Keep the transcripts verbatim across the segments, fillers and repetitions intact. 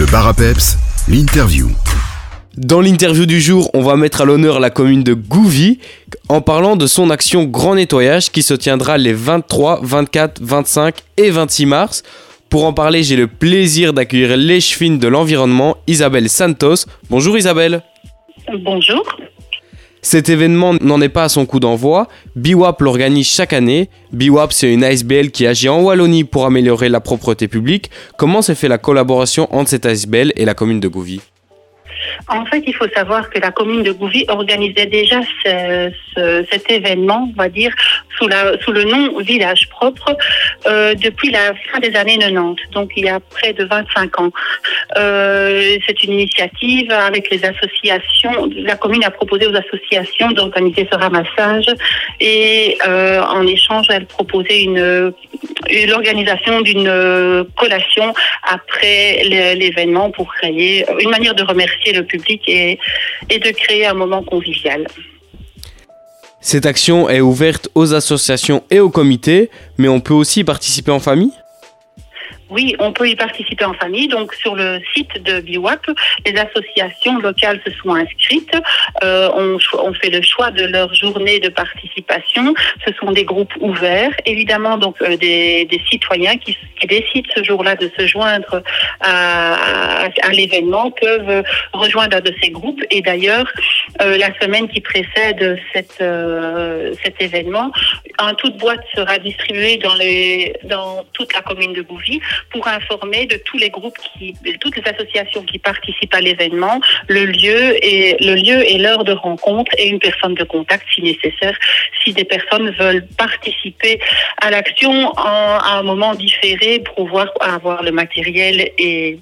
Le bar à peps, l'interview. Dans l'interview du jour, on va mettre à l'honneur la commune de Gouvy en parlant de son action Grand Nettoyage qui se tiendra les vingt-trois, vingt-quatre, vingt-cinq et vingt-six mars. Pour en parler, j'ai le plaisir d'accueillir l'échevine de l'environnement, Isabelle Santos. Bonjour Isabelle. Bonjour. Cet événement n'en est pas à son coup d'envoi. B W A P l'organise chaque année. B W A P, c'est une A S B L qui agit en Wallonie pour améliorer la propreté publique. Comment s'est fait la collaboration entre cette A S B L et la commune de Gouvy ? En fait, il faut savoir que la commune de Gouvy organisait déjà ce, ce, cet événement, on va dire, sous, la, sous le nom Village Propre, euh, depuis la fin des années quatre-vingt-dix, donc il y a près de vingt-cinq ans. Euh, c'est une initiative avec les associations. La commune a proposé aux associations d'organiser ce ramassage et euh, en échange, elle proposait une, une l'organisation d'une collation après l'événement pour créer une manière de remercier le public et, et de créer un moment convivial. Cette action est ouverte aux associations et aux comités, mais on peut aussi y participer en famille ? Oui, on peut y participer en famille. Donc, sur le site de B W A P, les associations locales se sont inscrites. Euh, on, on fait le choix de leur journée de participation. Ce sont des groupes ouverts. Évidemment, donc, euh, des, des citoyens qui, qui décident ce jour-là de se joindre à, à, à l'événement peuvent rejoindre un de ces groupes. Et d'ailleurs, euh, la semaine qui précède cette, euh, cet événement, un toute boîte sera distribuée dans, les, dans toute la commune de Gouvy pour informer de tous les groupes, qui, de toutes les associations qui participent à l'événement, le lieu et le lieu et l'heure de rencontre et une personne de contact si nécessaire, si des personnes veulent participer à l'action en, à un moment différé pour pouvoir avoir le matériel et,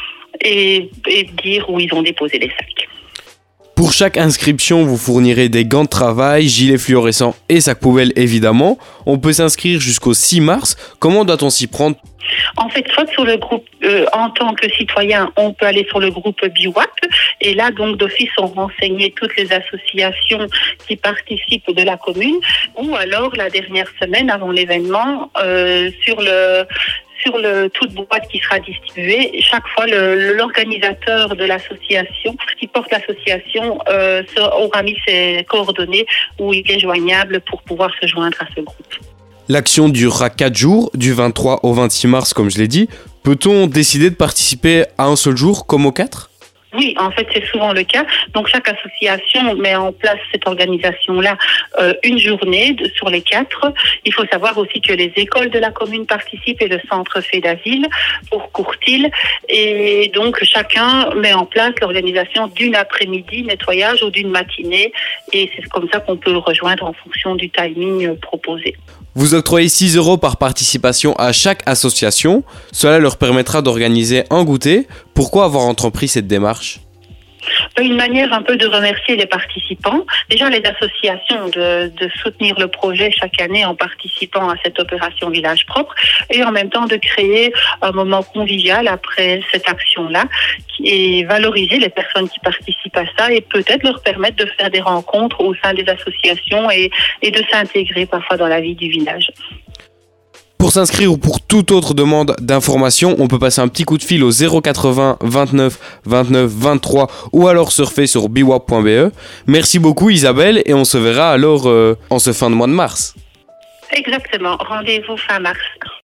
et, et dire où ils ont déposé les sacs. Pour chaque inscription, vous fournirez des gants de travail, gilets fluorescents et sacs poubelles évidemment. On peut s'inscrire jusqu'au six mars. Comment doit-on s'y prendre ? En fait, soit sur le groupe, euh, en tant que citoyen, on peut aller sur le groupe B W A P et là, donc, d'office, sont renseignées toutes les associations qui participent de la commune, ou alors, la dernière semaine avant l'événement, euh, sur le... sur le toute boîte qui sera distribuée, chaque fois le, l'organisateur de l'association qui porte l'association euh, aura mis ses coordonnées où il est joignable pour pouvoir se joindre à ce groupe. L'action durera quatre jours, du vingt-trois au vingt-six mars comme je l'ai dit. Peut-on décider de participer à un seul jour comme aux quatre ? Oui, en fait, c'est souvent le cas. Donc, chaque association met en place cette organisation-là euh, une journée de, sur les quatre. Il faut savoir aussi que les écoles de la commune participent et le centre Fédaville pour Courtil. Et donc, chacun met en place l'organisation d'une après-midi nettoyage ou d'une matinée. Et c'est comme ça qu'on peut le rejoindre en fonction du timing proposé. Vous octroyez six euros par participation à chaque association. Cela leur permettra d'organiser un goûter. Pourquoi avoir entrepris cette démarche ? Une manière un peu de remercier les participants. Déjà, les associations de, de soutenir le projet chaque année en participant à cette opération Village Propre et en même temps de créer un moment convivial après cette action-là et valoriser les personnes qui participent à ça et peut-être leur permettre de faire des rencontres au sein des associations et, et de s'intégrer parfois dans la vie du village. Pour s'inscrire ou pour toute autre demande d'information, on peut passer un petit coup de fil au zéro quatre-vingts vingt-neuf vingt-neuf vingt-trois ou alors surfer sur b w a p point b e. Merci beaucoup Isabelle et on se verra alors euh, en ce fin de mois de mars. Exactement, rendez-vous fin mars.